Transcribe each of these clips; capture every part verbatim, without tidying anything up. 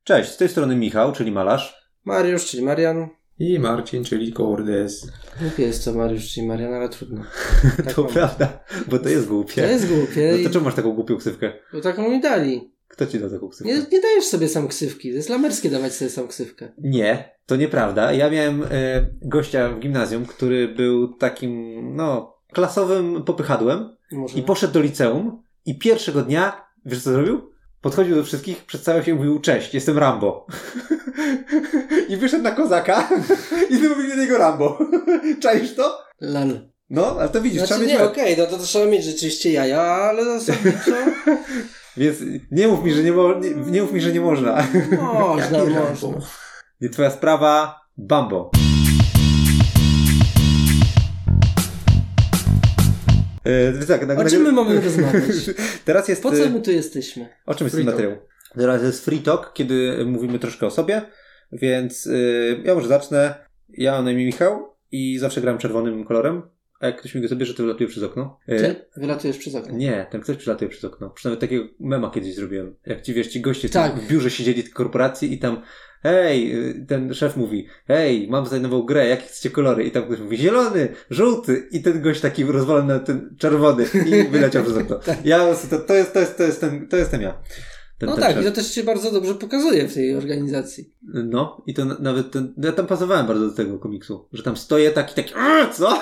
Cześć, z tej strony Michał, czyli malarz. Mariusz, czyli Marian. I Marcin, czyli Kordes. Głupie jest to Mariusz, czyli Marian, ale trudno. Tak to mam. Prawda, bo to jest głupie. To jest głupie. No to czemu masz taką głupią ksywkę? Bo taką mi dali. Kto ci dał taką ksywkę? Nie, nie dajesz sobie sam ksywki. To jest lamerskie dawać sobie sam ksywkę. Nie, to nieprawda. Ja miałem e, gościa w gimnazjum, który był takim, no, klasowym popychadłem. Może. I poszedł do liceum i pierwszego dnia, wiesz co zrobił? Podchodził do wszystkich, przedstawiał się i mówił: cześć, jestem Rambo. I wyszedł na kozaka i mówił do niego Rambo. Czaisz to? Lal. No, ale to widzisz, Znaczy trzeba mieć... nie, okej, okay, no to, to trzeba mieć rzeczywiście jaja, ale zasadniczo... Więc nie mów mi, że nie, mo- nie, nie mów mi, że nie można. Można, można. Nie twoja sprawa, Bambo. Yy, tak, o czym my mamy rozmawiać? Teraz jest... Po co my tu jesteśmy? O czym jest ten materiał? Teraz jest free talk, kiedy mówimy troszkę o sobie, więc yy, ja może zacznę. Ja mam na imię Michał i zawsze gram czerwonym kolorem, a jak ktoś mi go zabierze, to wylatuje przez okno. Yy, Ty wylatujesz przez okno? Nie, ten ktoś przylatuje przez okno. Przynajmniej takiego mema kiedyś zrobiłem. Jak ci, wiesz, ci goście tak. w biurze siedzieli tej korporacji i tam hej, ten szef mówi, hej, mam tutaj nową grę, jakie chcecie kolory? I tam ktoś mówi, zielony, żółty i ten gość taki rozwalony na ten czerwony i wyleciał przez okno. Tak. Ja, to, to jest, to jest, to jest ten, to jestem ja. Ten, no ten tak, szef. i to też się bardzo dobrze pokazuje w tej organizacji. No, i to nawet ten, ja tam pasowałem bardzo do tego komiksu, że tam stoję taki, taki, aaa, co?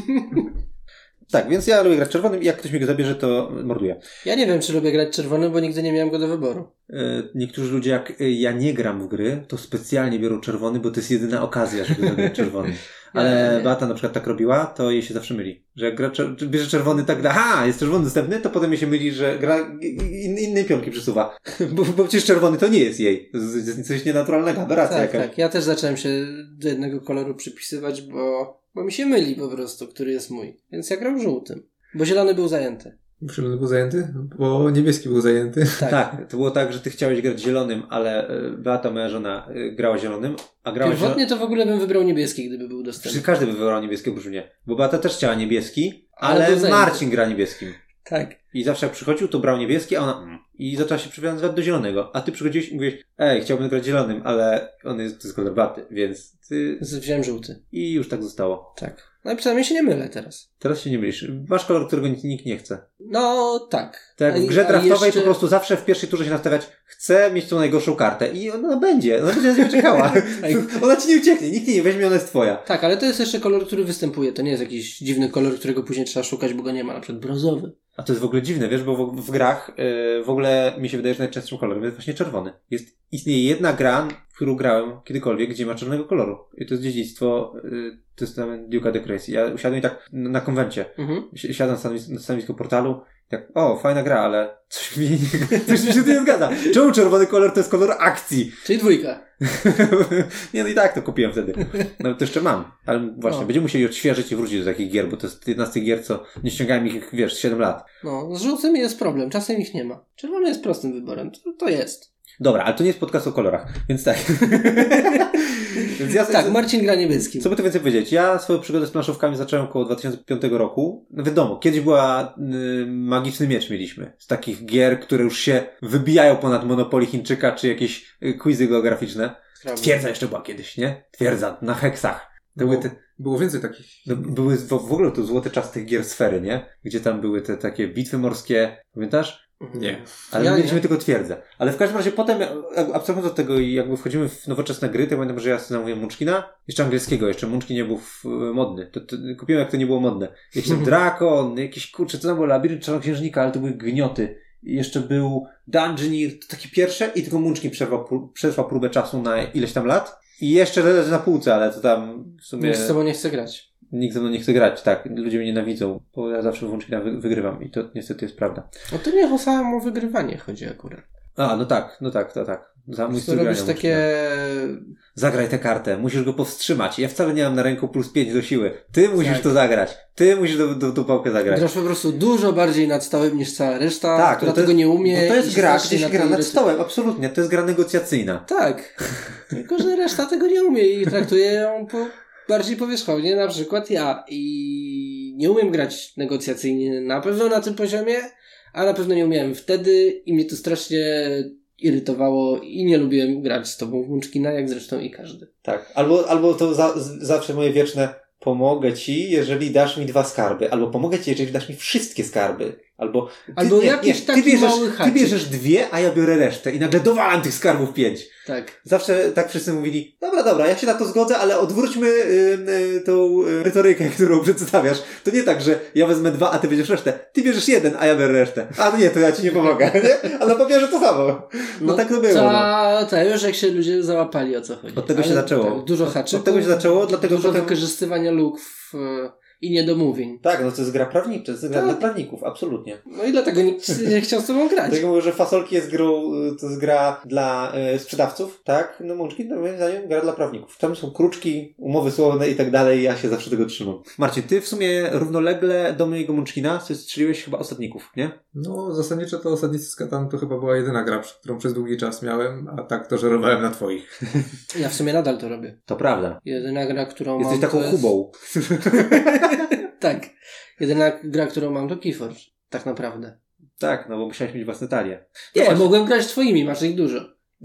Tak, więc ja lubię grać czerwonym i jak ktoś mi go zabierze, to morduję. Ja nie wiem, czy lubię grać czerwonym, bo nigdy nie miałem go do wyboru. Niektórzy ludzie, jak ja nie gram w gry, to specjalnie biorą czerwony, bo to jest jedyna okazja, żeby zagrać czerwony. Ale ja, Beata na przykład tak robiła, to jej się zawsze myli. Że jak gra, bierze czerwony tak, aha, jest czerwony dostępny, to potem jej się myli, że gra in, innej pionki przesuwa. Bo, bo przecież czerwony to nie jest jej. To jest coś nienaturalnego, aberracja tak, jakaś. Tak, ja też zacząłem się do jednego koloru przypisywać, bo, bo mi się myli po prostu, który jest mój. Więc ja gram żółtym. Bo zielony był zajęty. Zielony był zajęty? Bo niebieski był zajęty. Tak. tak, to było tak, że ty chciałeś grać zielonym, ale Beata, moja żona, grała zielonym, a grała Pierwotnie zielon... to w ogóle bym wybrał niebieski, gdyby był dostępny. Każdy by wybrał niebieski oprócz mnie. Bo Beata też chciała niebieski, ale, ale Marcin gra niebieskim. Tak. I zawsze jak przychodził, to brał niebieski, a ona... Mm. I zaczęła się przywiązywać do zielonego. A ty przychodziłeś i mówiłeś, ej, chciałbym grać zielonym, ale on jest, to jest kolor baty, więc ty... Wziąłem żółty. I już tak zostało. Tak. No i przynajmniej się nie mylę teraz. Teraz się nie mylisz. Masz kolor, którego nikt nie chce. No, tak. Tak, w grze draftowej jeszcze... po prostu zawsze w pierwszej turze się nastawiać, chcę mieć tą najgorszą kartę. I ona będzie. Ona będzie na ciebie czekała. Tak. Ona ci nie ucieknie. Nikt nie weźmie, ona jest twoja. Tak, ale to jest jeszcze kolor, który występuje. To nie jest jakiś dziwny kolor, którego później trzeba szukać, bo go nie ma. Na przykład brązowy. A to jest w ogóle dziwne, wiesz, bo w, w grach yy, w ogóle mi się wydaje, że najczęstszym kolorem jest właśnie czerwony. Jest, istnieje jedna gra, w którą grałem kiedykolwiek, gdzie ma czarnego koloru. I to jest dziedzictwo yy, testament Duke'a de Crazy. Ja usiadłem i tak na, na konwencie. Mhm. Siadam na stanowisku, na stanowisku portalu i tak, o, fajna gra, ale coś mi, coś mi się tu nie zgadza. Czemu czerwony kolor to jest kolor akcji? Czyli dwójka. Nie, no i tak to kupiłem wtedy. Nawet to jeszcze mam. Ale właśnie, no. Będziemy musieli odświeżyć i wrócić do takich gier, bo to jest jedna z tych gier, co nie ściągałem ich, wiesz, siedem lat. No, z żółtymi jest problem. Czasem ich nie ma. Czerwony jest prostym wyborem. To, to jest. Dobra, ale to nie jest podcast o kolorach, więc tak. Więc ja tak, Marcin gra niebieskim. Co by tu więcej powiedzieć? Ja swoją przygodę z planszówkami zacząłem około dwa tysiące piątego roku. No wiadomo, kiedyś była y, Magiczny Miecz mieliśmy. Z takich gier, które już się wybijają ponad Monopoly Chińczyka, czy jakieś y, quizy geograficzne. Prawda. Twierdza jeszcze była kiedyś, nie? Twierdza, na heksach. Było, te... było więcej takich. No, były w, w ogóle to złoty czas tych gier Sfery, nie? Gdzie tam były te takie bitwy morskie. Pamiętasz? Nie. Ale ja mieliśmy nie. tylko twierdzę. Ale w każdym razie potem, abstrahując od tego i jakby wchodzimy w nowoczesne gry, to pamiętam, że ja sobie zamówiłem Munchkina. Jeszcze angielskiego, jeszcze Munchkin nie był w, modny. To, to, kupiłem jak to nie było modne. Jakiś tam Drakon, jakiś kurczę, co tam było, Labirynt Czarnoksiężnika, ale to były gnioty. I jeszcze był Dungeoneer, to takie pierwsze i tylko Munchkin przetrwał, przetrwał próbę czasu na ileś tam lat. I jeszcze leży na półce, ale to tam w sumie... Nikt z tobą nie chce grać. Nikt ze mną nie chce grać, tak. Ludzie mnie nienawidzą, bo ja zawsze Munchkina wy- wygrywam i to niestety jest prawda. No to nie o samo wygrywanie chodzi akurat. A, no tak, no tak, to tak. Za mój styl grania takie... Zagraj tę kartę, musisz go powstrzymać. Ja wcale nie mam na ręku plus pięć do siły. Ty musisz tak. to zagrać. Ty musisz tą do, do, pałkę zagrać. Grasz po prostu dużo bardziej nad stołem niż cała reszta, tak, która to tego jest, nie umie. Bo to jest gra, gdzie się gra nad rytm. stołem, absolutnie. To jest gra negocjacyjna. Tak. Tylko, że reszta tego nie umie i traktuje ją po... bardziej powierzchownie, na przykład ja. I nie umiem grać negocjacyjnie na pewno na tym poziomie, a na pewno nie umiałem wtedy i mnie to strasznie irytowało i nie lubiłem grać z tobą w Munchkina, jak zresztą i każdy. Tak. Albo, albo to za, z, zawsze moje wieczne pomogę ci, jeżeli dasz mi dwa skarby. Albo pomogę ci, jeżeli dasz mi wszystkie skarby. Albo, ty, Albo nie, jakiś nie, taki ty bierzesz, mały Ty haczyk. bierzesz dwie, a ja biorę resztę. I nagle dowalam tych skarbów pięć. Tak. Zawsze tak wszyscy mówili, dobra, dobra, ja się na to zgodzę, ale odwróćmy y, y, tą y, retorykę, którą przedstawiasz. To nie tak, że ja wezmę dwa, a ty bierzesz resztę. Ty bierzesz jeden, a ja biorę resztę. A nie, to ja ci nie pomogę, nie? A na papierze to samo. No, no tak to było. To, to już jak się ludzie załapali, o co chodzi. Od tego ale się zaczęło. Tak, dużo haczyków. Od tego się zaczęło, dlatego dużo potem... wykorzystywania luk w, i niedomówień. Tak, no to jest gra prawnicza, to jest gra Tak. dla prawników, absolutnie. No i dlatego nikt nie chciał z tobą grać. Dlatego mówię, że Fasolki jest grą, to jest gra dla y, sprzedawców, tak? No Munchkin, to moim zdaniem gra dla prawników. Tam są kruczki, umowy słowne i tak dalej, ja się zawsze tego trzymam. Marcin, ty w sumie równolegle do mojego Munchkina strzeliłeś chyba Osadników, nie? No, zasadniczo to Osadnicy z Katan to chyba była jedyna gra, którą przez długi czas miałem, a tak to żerowałem na twoich. Ja w sumie nadal to robię. To prawda. Jedyna gra, którą Jesteś mam taką to jest... hubą. Tak. Jedyna gra, którą mam to Keyforge. Tak naprawdę. Tak, no bo musiałeś mieć własne talie. Nie, Zobacz. mogłem grać twoimi, masz ich dużo.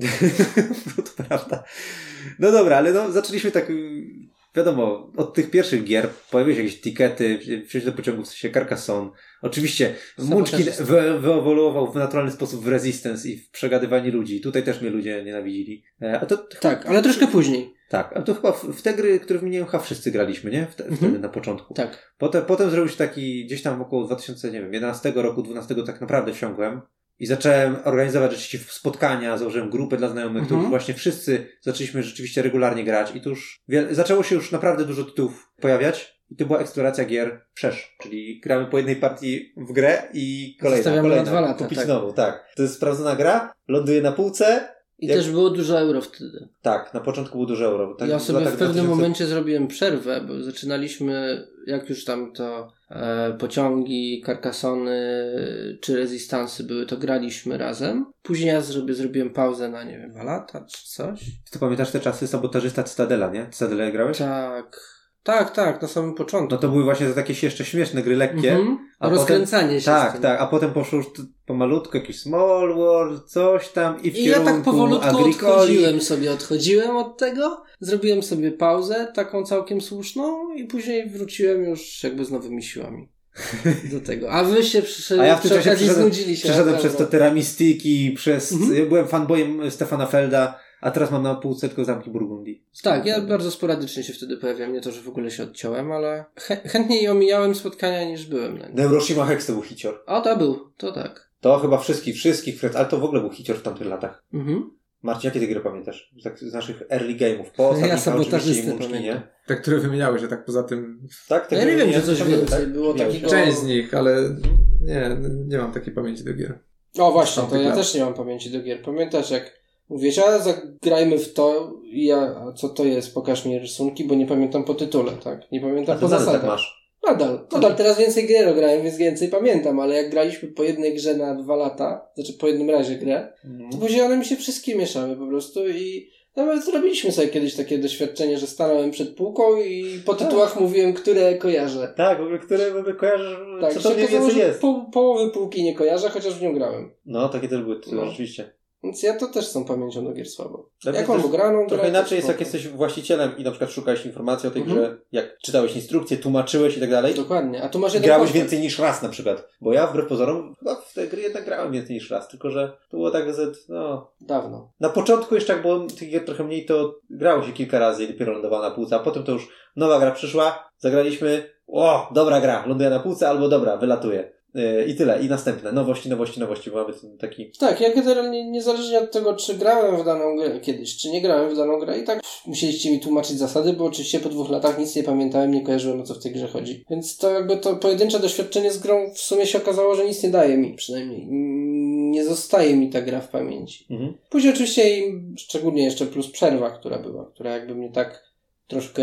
No to prawda. No dobra, ale no zaczęliśmy tak, wiadomo, od tych pierwszych gier pojawiły się jakieś tikety, wsiąść do pociągu, w sensie Carcassonne. Oczywiście Munchkin wy, wyewoluował w naturalny sposób w Resistance i w przegadywanie ludzi. Tutaj też mnie ludzie nienawidzili. E, a to Tak, ale troszkę później. Tak, ale to chyba w, w te gry, które wymieniłem, chyba wszyscy graliśmy, nie? Wte, Mhm. Wtedy na początku. Tak. Potem, potem zrobił się taki, gdzieś tam około dwa tysiące jedenastego roku, dwunastego tak naprawdę wsiągłem i zacząłem organizować rzeczywiście spotkania, założyłem grupę dla znajomych, Mhm. to już właśnie wszyscy zaczęliśmy rzeczywiście regularnie grać i to już wiele, zaczęło się już naprawdę dużo tytułów pojawiać i to była eksploracja gier przesz, czyli gramy po jednej partii w grę i kolejna, Zostawiamy kolejna, na dwa lata, kupić tak. nową, tak. To jest sprawdzona gra, ląduje na półce. I Jak... też było dużo euro wtedy. Tak, na początku było dużo euro. Tak, ja sobie w latach pewnym dwa tysiące momencie zrobiłem przerwę, bo zaczynaliśmy, jak już tam to e, pociągi, Carcassony czy Resistansy były, to graliśmy razem. Później ja zrobię, zrobiłem pauzę na, nie wiem, dwa lata czy coś. To pamiętasz te czasy sabotażysta Cytadela, nie? Cytadela grałeś? Tak. Tak, tak, na samym początku. No to były właśnie takie jeszcze śmieszne gry, lekkie. Mhm. A Rozkręcanie potem, się. Tak, z tym. tak, a potem poszło już t- pomalutko jakiś Small World, coś tam i w I ja kierunku tak powolutku Agricoli. odchodziłem sobie, odchodziłem od tego, zrobiłem sobie pauzę, taką całkiem słuszną i później wróciłem już jakby z nowymi siłami do tego. A wy się przy, A ja w tym przy czasie okazji przeszedłem, znudzili się. przeszedłem na przez to pewno. Teramistiki, przez... Mhm. Ja byłem fanboyem Stefana Felda, a teraz mam na półce tylko Zamki Burgundii. Tak, ja bardzo sporadycznie się wtedy pojawiam, nie to, że w ogóle się odciąłem, ale chę- chętniej omijałem spotkania niż byłem na nim. Neuroshima Hex to był hicior. O, to był, to tak. To chyba wszystkich, wszystkich, Fred, ale to w ogóle był hicior w tamtych latach. Mhm. Marcin, jakie ty gry pamiętasz? Tak z naszych early game'ów. Po ostatnich Ja oczywiście sabotażystę i Munchkinie. pamiętam. Te, które wymieniały się, tak poza tym... Tak? Ja nie wiem, czy coś pamiętam, więcej tak? było Miałeś. takiego- Część z nich, ale nie, nie mam takiej pamięci do gier. O właśnie, Tam to ja tylko- też nie mam pamięci do gier. Pamiętasz jak mówisz, a zagrajmy w to i ja, a co to jest, pokaż mi rysunki, bo nie pamiętam po tytule, tak? Nie A pamiętam to po nadal zasadach. tak masz. Nadal, nadal, teraz więcej gier grałem, więc więcej pamiętam, ale jak graliśmy po jednej grze na dwa lata, znaczy po jednym razie grę, to później one mi się wszystkie mieszały po prostu i nawet zrobiliśmy sobie kiedyś takie doświadczenie, że stanąłem przed półką i po tytułach mówiłem, które kojarzę. Tak, w ogóle, które w ogóle kojarzysz, Tak, co się to mniej okazało, więcej że jest. Po, połowy półki nie kojarzę, chociaż w nią grałem. No, takie też były tytuły, No. rzeczywiście. Więc ja to też z tą pamięcią do gier słabo. Ale Jak to mam też ograną Trochę grę, to inaczej jest, jak spoko. jesteś właścicielem i na przykład szukałeś informacji o tej Mhm. grze, jak czytałeś instrukcje, tłumaczyłeś i tak dalej. Dokładnie, a tu masz jeden Grałeś postać. więcej niż raz na przykład. Bo ja wbrew pozorom chyba w te gry jednak grałem więcej niż raz, tylko że to było tak, że no... Dawno. Na początku jeszcze jak było tych gier trochę mniej, to grało się kilka razy i dopiero lądowała na półce, a potem to już nowa gra przyszła, zagraliśmy, o, dobra gra, ląduje na półce, albo dobra, wylatuje. Yy, I tyle, i następne. Nowości, nowości, nowości, bo mamy ten taki... Tak, ja generalnie niezależnie od tego, czy grałem w daną grę kiedyś, czy nie grałem w daną grę i tak musieliście mi tłumaczyć zasady, bo oczywiście po dwóch latach nic nie pamiętałem, nie kojarzyłem, o co w tej grze chodzi. Więc to jakby to pojedyncze doświadczenie z grą w sumie się okazało, że nic nie daje mi, przynajmniej. Nie zostaje mi ta gra w pamięci. Mhm. Później oczywiście i szczególnie jeszcze plus przerwa, która była, która jakby mnie tak troszkę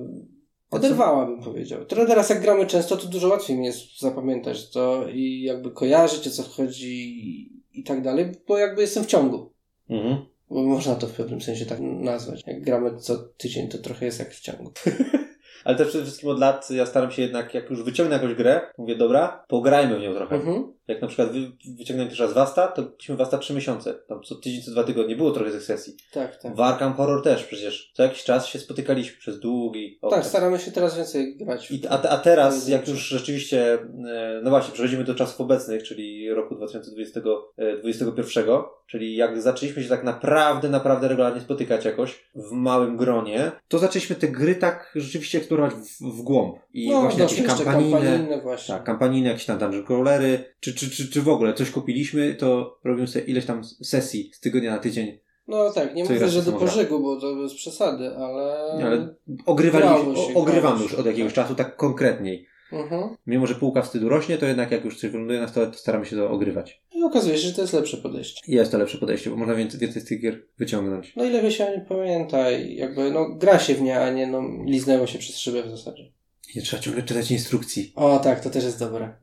oderwała, bym powiedział. Teraz teraz jak gramy często, to dużo łatwiej mi jest zapamiętać to i jakby kojarzyć, o co chodzi i tak dalej, bo jakby jestem w ciągu. Mhm. Bo można to w pewnym sensie tak nazwać. Jak gramy co tydzień, to trochę jest jak w ciągu. Ale też przede wszystkim od lat ja staram się jednak, jak już wyciągnę jakąś grę, mówię, dobra, pograjmy w nią trochę. Mhm. Jak na przykład wy, wyciągnąłem pierwszy raz Vasta, to byliśmy Vasta trzy miesiące. Tam co tydzień, co dwa tygodnie było trochę tych sesji. Tak, tak. W Arkham Horror też przecież. Co jakiś czas się spotykaliśmy przez długi okres. Tak, staramy się teraz więcej grać. I, a, a teraz, jak już rzeczywiście, no właśnie, przechodzimy do czasów obecnych, czyli roku dwa tysiące dwudziestego pierwszego, czyli jak zaczęliśmy się tak naprawdę, naprawdę regularnie spotykać jakoś w małym gronie, to zaczęliśmy te gry tak rzeczywiście eksplorować w, w głąb. I no, właśnie jakieś kampanijne, kampanijne właśnie. tak, kampanijne, jakieś tam dungeon crawlery, czy, czy, czy, czy w ogóle coś kupiliśmy, to robimy sobie ileś tam sesji z tygodnia na tydzień. No tak, nie Co mówię, że do można. pożygu, bo to bez przesady, ale... Nie, ale ogrywaliśmy, się, o, ogrywamy już się. od jakiegoś czasu tak konkretniej. Mhm. Mimo, że półka wstydu rośnie, to jednak jak już coś wyląduje na stole, to staramy się to ogrywać. I okazuje się, że to jest lepsze podejście. I jest to lepsze podejście, bo można więcej, więcej z tych gier wyciągnąć. No ile by się nie pamięta i jakby, no gra się w nie, a nie no liznęło się przez szybę w zasadzie. Nie trzeba ciągle czytać instrukcji. O tak, to też jest dobre.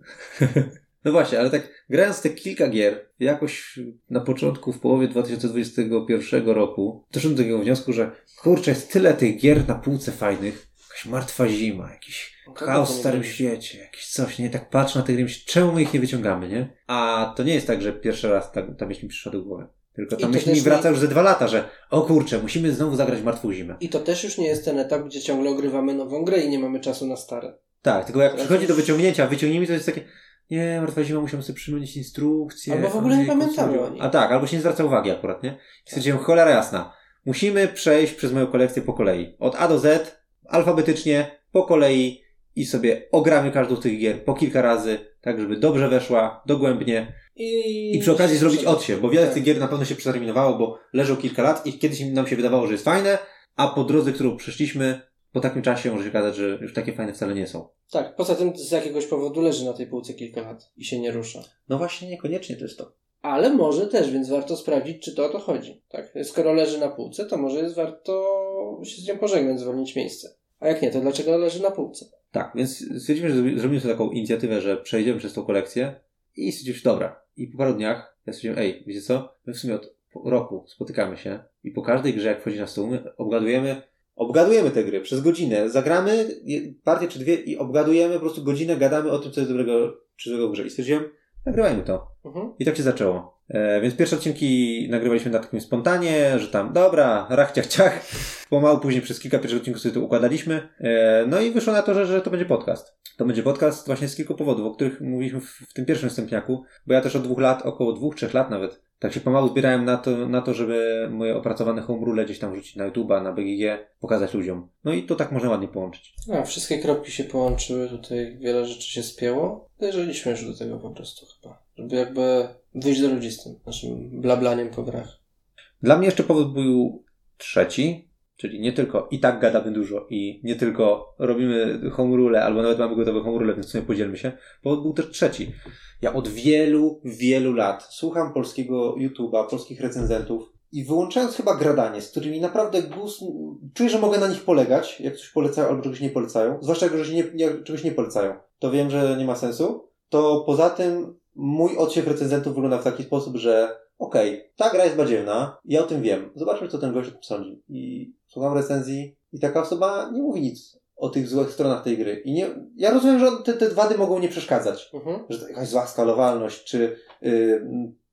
No właśnie, ale tak grając te kilka gier, jakoś na początku, w połowie dwa tysiące dwudziestego pierwszego roku, doszedłem do takiego wniosku, że kurczę, jest tyle tych gier na półce fajnych, jakaś martwa zima, jakiś No chaos w starym świecie, jakiś coś, nie? Tak patrzę na te gry, myślę, czemu my ich nie wyciągamy, nie? A to nie jest tak, że pierwszy raz ta, ta myśl mi przyszła do głowy. Tylko ta I to myśl mi też wraca nie- już ze dwa lata, że o kurczę, musimy znowu zagrać w Martwą Zimę. I to też już nie jest ten etap, gdzie ciągle ogrywamy nową grę i nie mamy czasu na stare. Tak, tylko jak Teraz przychodzi do już- wyciągnięcia, wyciągnijmy, to jest takie nie, Martwa Zima, musimy sobie przypomnieć instrukcje. Albo w ogóle nie ojejku, pamiętamy co- o niej. A tak, albo się nie zwraca uwagi akurat, nie? I stwierdziłem, cholera jasna. Musimy przejść przez moją kolekcję po kolei. Od A do Z, alfabetycznie, po kolei i sobie ogramy każdą z tych gier po kilka razy, tak żeby dobrze weszła, dogłębnie I, i przy okazji zrobić Prze- odsiew, bo wiele z tak. tych gier na pewno się przeterminowało, bo leżą kilka lat i kiedyś nam się wydawało, że jest fajne, a po drodze, którą przeszliśmy, po takim czasie może się okazać, że już takie fajne wcale nie są. Tak, poza tym z jakiegoś powodu leży na tej półce kilka lat i się nie rusza. No właśnie, niekoniecznie to jest to. Ale może też, więc warto sprawdzić, czy to o to chodzi. Tak? Skoro leży na półce, to może jest warto się z nią pożegnać, zwolnić miejsce. A jak nie, to dlaczego leży na półce? Tak, więc stwierdziliśmy, że zrobi- zrobimy sobie taką inicjatywę, że przejdziemy przez tą kolekcję i stwierdziliśmy, dobra. I po paru dniach ja stwierdziłem, ej, wiecie co? My w sumie od roku spotykamy się i po każdej grze, jak wchodzi na stół, my obgadujemy, obgadujemy te gry przez godzinę. Zagramy je- partię czy dwie i obgadujemy po prostu godzinę, gadamy o tym, co jest dobrego czy złego w grze. I stwierdziłem, nagrywajmy to. Mhm. I tak się zaczęło. E, więc pierwsze odcinki nagrywaliśmy na takim spontanie, że tam, dobra, rach, ciach, ciach. Pomału później przez kilka pierwszych odcinków sobie to układaliśmy. E, no i wyszło na to, że, że to będzie podcast. To będzie podcast właśnie z kilku powodów, o których mówiliśmy w, w tym pierwszym wstępniaku, bo ja też od dwóch lat, około dwóch, trzech lat nawet, tak się pomału zbierałem na to, na to, żeby moje opracowane home rule gdzieś tam wrzucić na YouTube'a, na B G G, pokazać ludziom. No i to tak można ładnie połączyć. A, wszystkie kropki się połączyły, tutaj wiele rzeczy się spięło. Dojrzeliśmy już do tego po prostu chyba. Żeby jakby wyjść do ludzi z tym naszym blablaniem po grach. Dla mnie jeszcze powód był trzeci, czyli nie tylko i tak gadamy dużo i nie tylko robimy home rule, albo nawet mamy gotowe home rule, więc w sumie podzielmy się. Powód był też trzeci. Ja od wielu, wielu lat słucham polskiego YouTube'a, polskich recenzentów i wyłączając chyba gradanie, z którymi naprawdę gust... czuję, że mogę na nich polegać, jak coś polecają albo czegoś nie polecają, zwłaszcza jak czegoś nie, nie, czegoś nie polecają, to wiem, że nie ma sensu. To poza tym mój odsiew recenzentów wygląda w taki sposób, że okej, okay, ta gra jest badziewna, ja o tym wiem, zobaczmy, co ten gość o tym sądzi. I słucham recenzji i taka osoba nie mówi nic o tych złych stronach tej gry. I nie, ja rozumiem, że te, te wady mogą nie przeszkadzać. Mhm. Że to jakaś zła skalowalność, czy yy,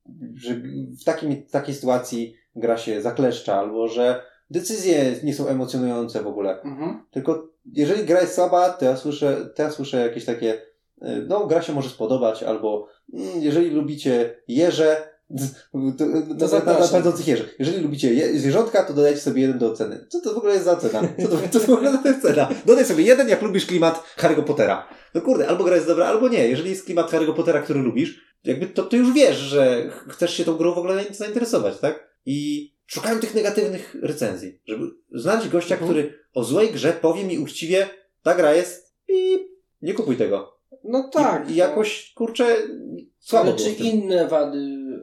że w takim, takiej sytuacji gra się zakleszcza, albo że decyzje nie są emocjonujące w ogóle. Mhm. Tylko jeżeli gra jest słaba, to ja słyszę, to ja słyszę jakieś takie yy, no, gra się może spodobać, albo yy, jeżeli lubicie jeże, to, to, to na, na pędzących jeżach. Jeżeli lubicie je, zwierzątka, to dodajcie sobie jeden do oceny. Co to w ogóle jest za cena? Co to, to w ogóle za cena? Dodaj sobie jeden, jak lubisz klimat Harry'ego Pottera. No kurde, albo gra jest dobra, albo nie. Jeżeli jest klimat Harry'ego Pottera, który lubisz, jakby to, to już wiesz, że chcesz się tą grą w ogóle zainteresować, tak? I szukałem tych negatywnych recenzji, żeby znaleźć gościa, mhm. który o złej grze powie mi uczciwie, ta gra jest i nie kupuj tego. No tak. I, i jakoś, kurczę, słabo. Ale czy inne wady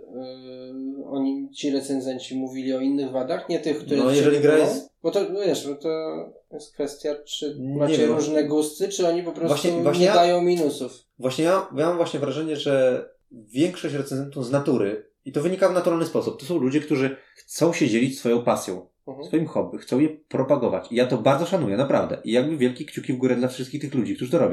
yy, oni, ci recenzenci mówili o innych wadach? Nie tych, które... No jeżeli gra jest... Bo to, wiesz, bo to jest kwestia, czy Nie macie wiem. różne gusty, czy oni po prostu Właśnie- nie właśnie ja- dają minusów. Właśnie ja, ja mam właśnie wrażenie, że większość recenzentów z natury, i to wynika w naturalny sposób, to są ludzie, którzy chcą się dzielić swoją pasją, Mhm. swoim hobby, chcą je propagować. I ja to bardzo szanuję, naprawdę. I jakby wielkie kciuki w górę dla wszystkich tych ludzi, którzy to robią.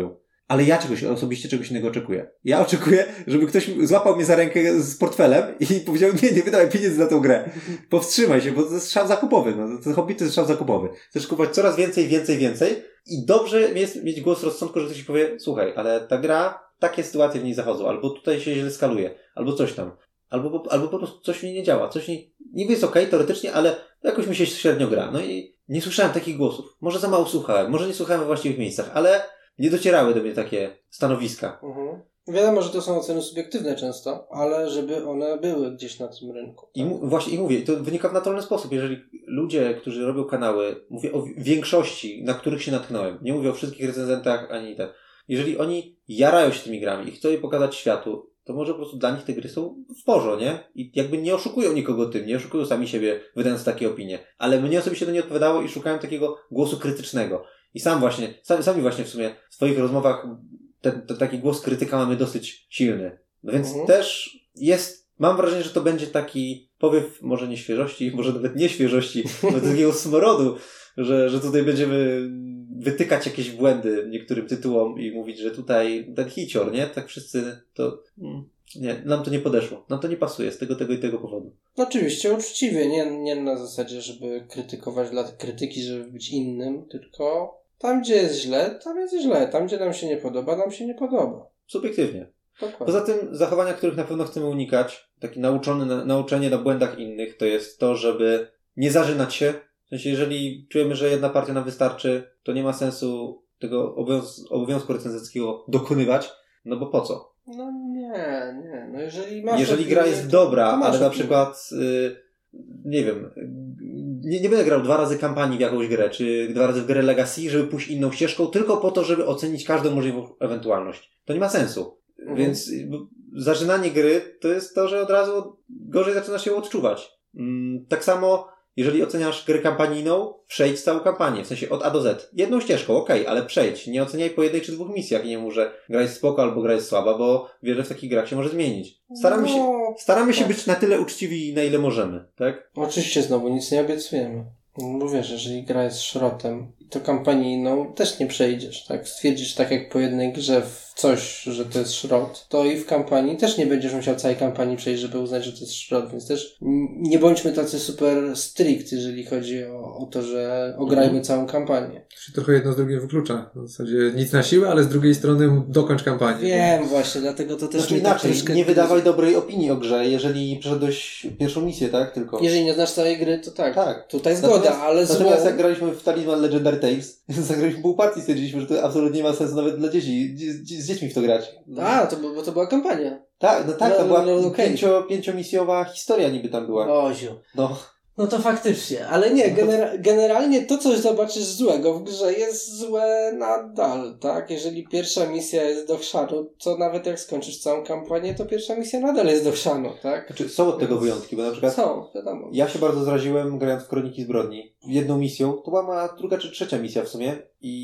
Ale ja czegoś, osobiście czegoś innego oczekuję. Ja oczekuję, żeby ktoś złapał mnie za rękę z portfelem i powiedział, nie, nie wydawaj pieniędzy na tą grę. Powstrzymaj się, bo to jest szał zakupowy. No, to hobby to jest szał zakupowy. Chcesz kupować coraz więcej, więcej, więcej i dobrze jest mieć głos rozsądku, że ktoś ci powie, słuchaj, ale ta gra, takie sytuacje w niej zachodzą, albo tutaj się źle skaluje, albo coś tam. Albo, albo po prostu coś w niej nie działa. Coś w niej niby jest okej, okay, teoretycznie, ale jakoś mi się średnio gra. No i nie słyszałem takich głosów. Może za mało słuchałem, może nie słuchałem we właściwych miejscach, ale nie docierały do mnie takie stanowiska. Mhm. Wiadomo, że to są oceny subiektywne często, ale żeby one były gdzieś na tym rynku. Tak? I mu, właśnie i mówię, to wynika w naturalny sposób. Jeżeli ludzie, którzy robią kanały, mówię o większości, na których się natknąłem, nie mówię o wszystkich recenzentach ani tak. Jeżeli oni jarają się tymi grami i chcą je pokazać światu, to może po prostu dla nich te gry są w porządku, nie? I jakby nie oszukują nikogo tym, nie oszukują sami siebie, wydając takie opinie. Ale mnie osobiście to nie odpowiadało i szukałem takiego głosu krytycznego. I sam właśnie, sami, sami właśnie w sumie w swoich rozmowach ten, ten taki głos krytyka mamy dosyć silny. No więc mhm. też jest, mam wrażenie, że to będzie taki powiew może nie świeżości, może nawet nie świeżości, ale takiego smrodu, że, że tutaj będziemy wytykać jakieś błędy niektórym tytułom i mówić, że tutaj ten hicior, nie? Tak wszyscy to... Nie, nam to nie podeszło. Nam to nie pasuje z tego, tego i tego powodu. Oczywiście, uczciwie. Nie, nie na zasadzie, żeby krytykować dla krytyki, żeby być innym, tylko tam, gdzie jest źle, tam jest źle. Tam, gdzie nam się nie podoba, nam się nie podoba. Subiektywnie. Dokładnie. Poza tym zachowania, których na pewno chcemy unikać, takie nauczone, na, nauczenie na błędach innych, to jest to, żeby nie zażynać się. W sensie, jeżeli czujemy, że jedna partia nam wystarczy, to nie ma sensu tego obowiąz- obowiązku recenzenckiego dokonywać, no bo po co? No nie, nie. No jeżeli masz jeżeli gra jest dobra, ale na przykład y, nie wiem, nie, nie będę grał dwa razy kampanii w jakąś grę, czy dwa razy w grę Legacy, żeby pójść inną ścieżką, tylko po to, żeby ocenić każdą możliwą ewentualność. To nie ma sensu. Mhm. Więc y, zażynanie gry to jest to, że od razu gorzej zaczynasz się odczuwać. Mm, tak samo jeżeli oceniasz grę kampanijną, przejdź całą kampanię, w sensie od A do Z. Jedną ścieżką, okej, okay, ale przejdź. Nie oceniaj po jednej czy dwóch misjach i nie mów, że gra jest spoko albo gra jest słaba, bo wiele w takich grach się może zmienić. Staramy no, się, staramy tak. się być na tyle uczciwi, na ile możemy, tak? Oczywiście znowu nic nie obiecujemy. Bo wiesz, jeżeli gra jest szrotem, to kampanijną też nie przejdziesz, tak? Stwierdzisz tak jak po jednej grze w coś, że to jest szrot, to i w kampanii też nie będziesz musiał całej kampanii przejść, żeby uznać, że to jest szrot, więc też nie bądźmy tacy super strict, jeżeli chodzi o, o to, że ograjmy mhm. całą kampanię. To się trochę jedno z drugim wyklucza. W zasadzie nic na siłę, ale z drugiej strony dokończ kampanię. Wiem właśnie, dlatego to też znaczy, mi inaczej, tak troszkę... nie wydawaj dobrej opinii o grze, jeżeli przeszedłeś pierwszą misję, tak? Tylko. Jeżeli nie znasz całej gry, to tak. Tak. Tutaj zgoda, natomiast, ale zło... Natomiast jak graliśmy w Talisman Legendary Tales, zagraliśmy pół partii, stwierdziliśmy, że to absolutnie nie ma sensu nawet dla dzieci, z dziećmi w to grać. A, to, bo to była kampania. Tak, no tak, no, to była no, okay. pięcio, pięciomisjowa historia niby tam była. Oziu. No. No to faktycznie, ale nie, genera- generalnie to, co zobaczysz złego w grze, jest złe nadal, tak? Jeżeli pierwsza misja jest do chrzanu, to nawet jak skończysz całą kampanię, to pierwsza misja nadal jest do chrzanu, tak? Znaczy, są od tego wyjątki, bo na przykład są, wiadomo. Ja się bardzo zraziłem grając w Kroniki Zbrodni. Jedną misją, to była moja druga czy trzecia misja w sumie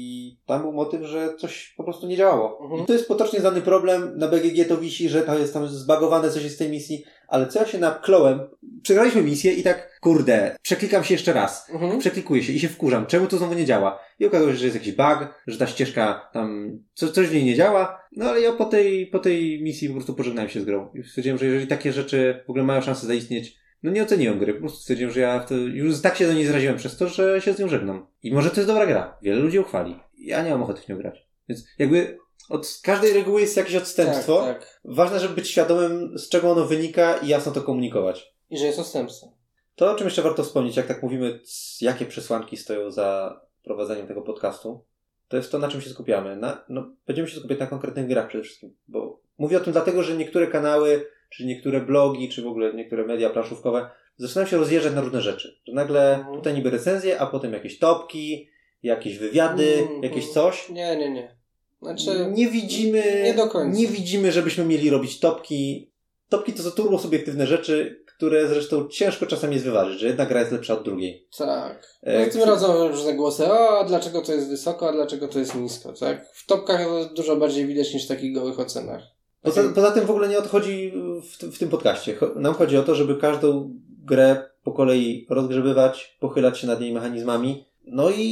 i tam był motyw, że coś po prostu nie działało. Mhm. I to jest potocznie znany problem, na B G G to wisi, że to jest tam zbagowane coś jest z tej misji, ale co ja się napkląłem, przegraliśmy misję i tak, kurde, przeklikam się jeszcze raz, mhm. przeklikuję się i się wkurzam, czemu to znowu nie działa? I okazało się, że jest jakiś bug, że ta ścieżka tam, co, coś w niej nie działa, no ale ja po tej, po tej misji po prostu pożegnałem się z grą i stwierdziłem, że jeżeli takie rzeczy w ogóle mają szansę zaistnieć, no nie oceniłem gry, po prostu stwierdziłem, że ja to już tak się do niej zraziłem przez to, że się z nią żegnam. I może to jest dobra gra, wiele ludzi uchwali, ja nie mam ochoty w nią grać, więc jakby od każdej reguły jest jakieś odstępstwo. Tak, tak. Ważne, żeby być świadomym, z czego ono wynika i jasno to komunikować. I że jest odstępstwo. To, o czym jeszcze warto wspomnieć, jak tak mówimy, jakie przesłanki stoją za prowadzeniem tego podcastu, to jest to, na czym się skupiamy. Na, no, będziemy się skupiać na konkretnych grach przede wszystkim. Bo mówię o tym dlatego, że niektóre kanały, czy niektóre blogi, czy w ogóle niektóre media planszówkowe zaczynają się rozjeżdżać na różne rzeczy. To nagle mhm. tutaj niby recenzje, a potem jakieś topki, jakieś wywiady, mhm. jakieś coś. Nie, nie, nie. Znaczy, nie widzimy, nie do końca. Nie widzimy, żebyśmy mieli robić topki. Topki to są turbo subiektywne rzeczy, które zresztą ciężko czasami jest wyważyć, że jedna gra jest lepsza od drugiej. Tak. No w tym rodzą różne głosy, o, dlaczego to jest wysoko, a dlaczego to jest nisko, tak? W topkach dużo bardziej widać niż w takich gołych ocenach. Poza, poza tym w ogóle nie o to chodzi w, w tym podcaście. Nam chodzi o to, żeby każdą grę po kolei rozgrzebywać, pochylać się nad jej mechanizmami, no i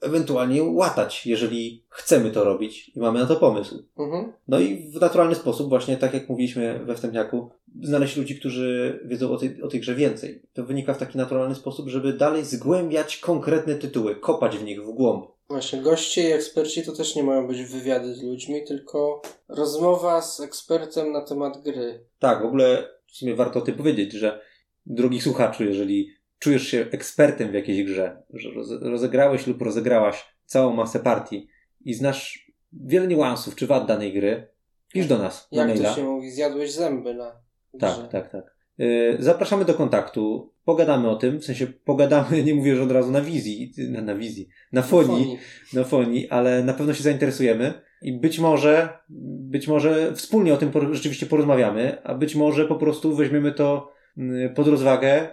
ewentualnie łatać, jeżeli chcemy to robić i mamy na to pomysł. Mhm. No i w naturalny sposób, właśnie tak jak mówiliśmy we wstępniaku, znaleźć ludzi, którzy wiedzą o tej, o tej grze więcej. To wynika w taki naturalny sposób, żeby dalej zgłębiać konkretne tytuły, kopać w nich w głąb. Właśnie, goście i eksperci to też nie mają być wywiady z ludźmi, tylko rozmowa z ekspertem na temat gry. Tak, w ogóle w sumie warto o tym powiedzieć, że drogi słuchaczu, jeżeli czujesz się ekspertem w jakiejś grze, że rozegrałeś lub rozegrałaś całą masę partii i znasz wiele niuansów czy wad danej gry, pisz do nas na Jak maila. to się mówi? Zjadłeś zęby na grze. Tak, tak, tak. Yy, zapraszamy do kontaktu, pogadamy o tym, w sensie pogadamy, nie mówię, że od razu na wizji, na, na wizji, na fonii, Fonii. na fonii, ale na pewno się zainteresujemy i być może, być może wspólnie o tym por- rzeczywiście porozmawiamy, a być może po prostu weźmiemy to yy, pod rozwagę,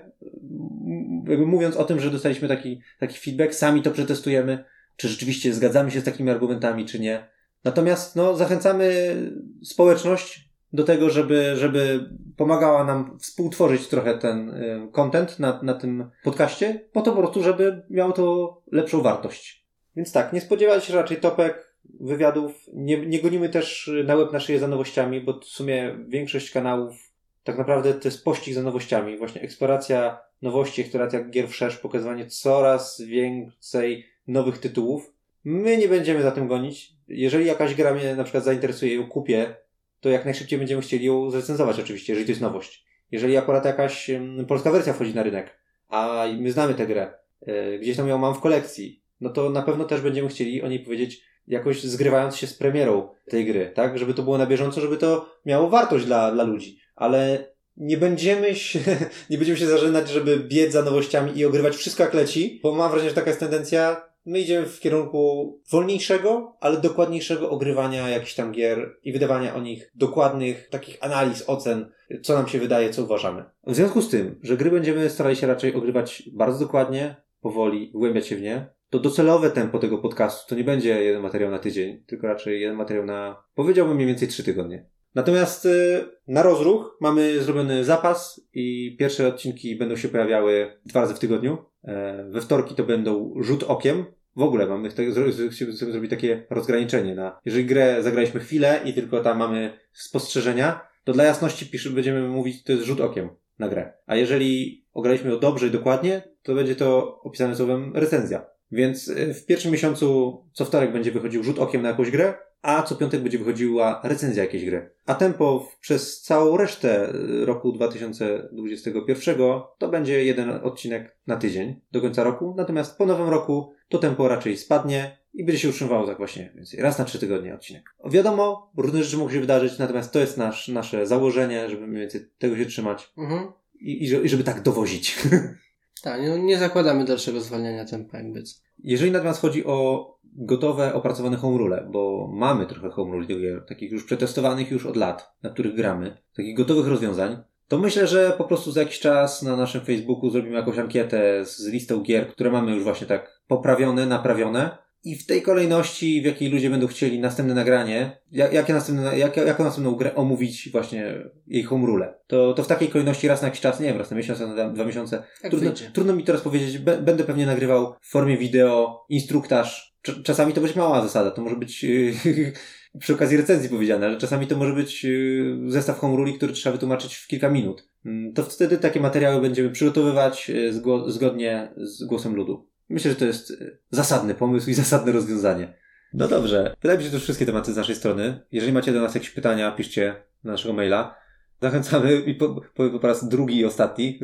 jakby mówiąc o tym, że dostaliśmy taki, taki feedback, sami to przetestujemy, czy rzeczywiście zgadzamy się z takimi argumentami, czy nie. Natomiast no, zachęcamy społeczność do tego, żeby, żeby pomagała nam współtworzyć trochę ten y, content na, na tym podcaście, po to po prostu, żeby miało to lepszą wartość. Więc tak, nie spodziewajcie się raczej topek, wywiadów, nie, nie gonimy też na łeb na szyję za nowościami, bo w sumie większość kanałów tak naprawdę to jest pościg za nowościami. Właśnie eksploracja nowości, eksploracja gier wszerz, pokazywanie coraz więcej nowych tytułów. My nie będziemy za tym gonić. Jeżeli jakaś gra mnie na przykład zainteresuje i ją kupię, to jak najszybciej będziemy chcieli ją zrecenzować oczywiście, jeżeli to jest nowość. Jeżeli akurat jakaś um, polska wersja wchodzi na rynek, a my znamy tę grę, yy, gdzieś tam ją mam w kolekcji, no to na pewno też będziemy chcieli o niej powiedzieć jakoś zgrywając się z premierą tej gry, tak? Żeby to było na bieżąco, żeby to miało wartość dla, dla ludzi. Ale nie będziemy się, nie będziemy się zażynać, żeby biec za nowościami i ogrywać wszystko jak leci, bo mam wrażenie, że taka jest tendencja. My idziemy w kierunku wolniejszego, ale dokładniejszego ogrywania jakichś tam gier i wydawania o nich dokładnych takich analiz, ocen, co nam się wydaje, co uważamy. W związku z tym, że gry będziemy starali się raczej ogrywać bardzo dokładnie, powoli, wgłębiać się w nie, to docelowe tempo tego podcastu to nie będzie jeden materiał na tydzień, tylko raczej jeden materiał na, powiedziałbym, mniej więcej trzy tygodnie. Natomiast y, na rozruch mamy zrobiony zapas i pierwsze odcinki będą się pojawiały dwa razy w tygodniu. E, we wtorki to będą rzut okiem. W ogóle mamy chcemy zrobić takie rozgraniczenie na, jeżeli grę zagraliśmy chwilę i tylko tam mamy spostrzeżenia, to dla jasności pisz, będziemy mówić, to jest rzut okiem na grę. A jeżeli ograliśmy ją dobrze i dokładnie, to będzie to opisane słowem recenzja. Więc w pierwszym miesiącu co wtorek będzie wychodził rzut okiem na jakąś grę, a co piątek będzie wychodziła recenzja jakiejś gry. A tempo przez całą resztę roku dwa tysiące dwudziestego pierwszego to będzie jeden odcinek na tydzień do końca roku, natomiast po nowym roku to tempo raczej spadnie i będzie się utrzymywało tak właśnie więcej, raz na trzy tygodnie odcinek. Wiadomo, różne rzeczy mogą się wydarzyć, natomiast to jest nasz, nasze założenie, żeby mniej więcej tego się trzymać Mhm. i, i, i żeby tak dowozić. Tak, nie, nie zakładamy dalszego zwalniania tempa jakby. Jeżeli natomiast chodzi o gotowe, opracowane home rule, bo mamy trochę home rule gier, takich już przetestowanych już od lat, na których gramy, takich gotowych rozwiązań, to myślę, że po prostu za jakiś czas na naszym Facebooku zrobimy jakąś ankietę z listą gier, które mamy już właśnie tak poprawione, naprawione i w tej kolejności, w jakiej ludzie będą chcieli następne nagranie, jak, jakie następne, jak, jaką następną grę omówić właśnie jej home rule, to, to w takiej kolejności raz na jakiś czas, nie wiem, raz na miesiąc, raz na dwa miesiące. Trudno, trudno mi teraz powiedzieć, b- będę pewnie nagrywał w formie wideo, instruktaż. Cz- czasami to będzie mała zasada, to może być yy, przy okazji recenzji powiedziane, ale czasami to może być yy, zestaw home ruli, który trzeba wytłumaczyć w kilka minut. Yy, to wtedy takie materiały będziemy przygotowywać yy, zgo- zgodnie z głosem ludu. Myślę, że to jest zasadny pomysł i zasadne rozwiązanie. No dobrze. Wydaje mi się, że to już wszystkie tematy z naszej strony. Jeżeli macie do nas jakieś pytania, piszcie na naszego maila. Zachęcamy i po, powiem po raz drugi i ostatni.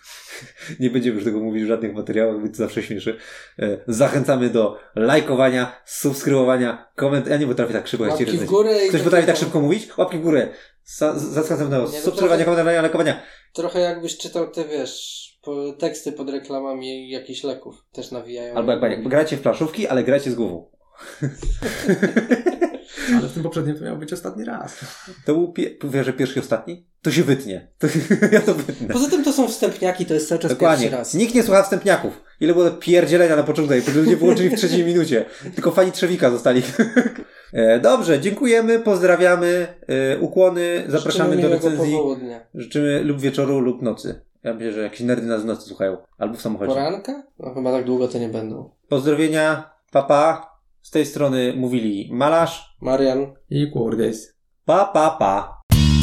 Nie będziemy już tego mówić w żadnych materiałach, bo to zawsze śmieszy. Zachęcamy do lajkowania, subskrybowania, komentowania. Ja nie potrafię tak szybko. Łapki w górę. Ktoś potrafi tak szybko mówić? Łapki w górę. Zachęcam do subskrybowania, komentowania, lajkowania. Trochę jakbyś czytał te, wiesz, po, teksty pod reklamami jakichś leków. Też nawijają. Albo jak, jak gracie w planszówki, ale gracie z głową. Ale w tym poprzednim to miał być ostatni raz. To był pie- mówię, że pierwszy i ostatni? To się wytnie. To, ja to wytnę. Poza tym to są wstępniaki, to jest cały czas Dokładnie. pierwszy raz. Nikt nie słucha wstępniaków. Ile było pierdzielenia na początku, ludzie wyłączyli w trzeciej minucie. Tylko fani Trzewika zostali. e, dobrze, dziękujemy, pozdrawiamy, e, ukłony, zapraszamy do recenzji. Popołudnia. Życzymy lub wieczoru, lub nocy. Ja myślę, że jakieś nerdy nas w nocy słuchają. Albo w samochodzie. Poranka? No chyba tak długo to nie będą. Pozdrowienia Pa, pa. Z tej strony mówili Malarz, Marian i Kurdes. Pa, pa, pa.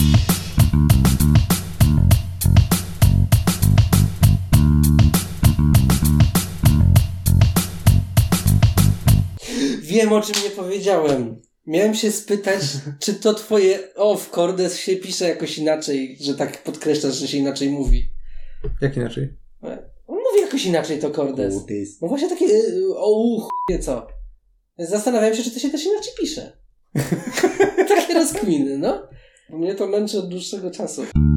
Wiem, o czym nie powiedziałem. Miałem się spytać, czy to twoje o w Cordes się pisze jakoś inaczej, że tak podkreślasz, że się inaczej mówi. Jak inaczej? On mówi jakoś inaczej to Cordes. Kurdes. No właśnie takie y, o uch, nie co. Zastanawiałem się, czy to się też inaczej pisze. Takie rozkminy, no. Mnie to męczy od dłuższego czasu.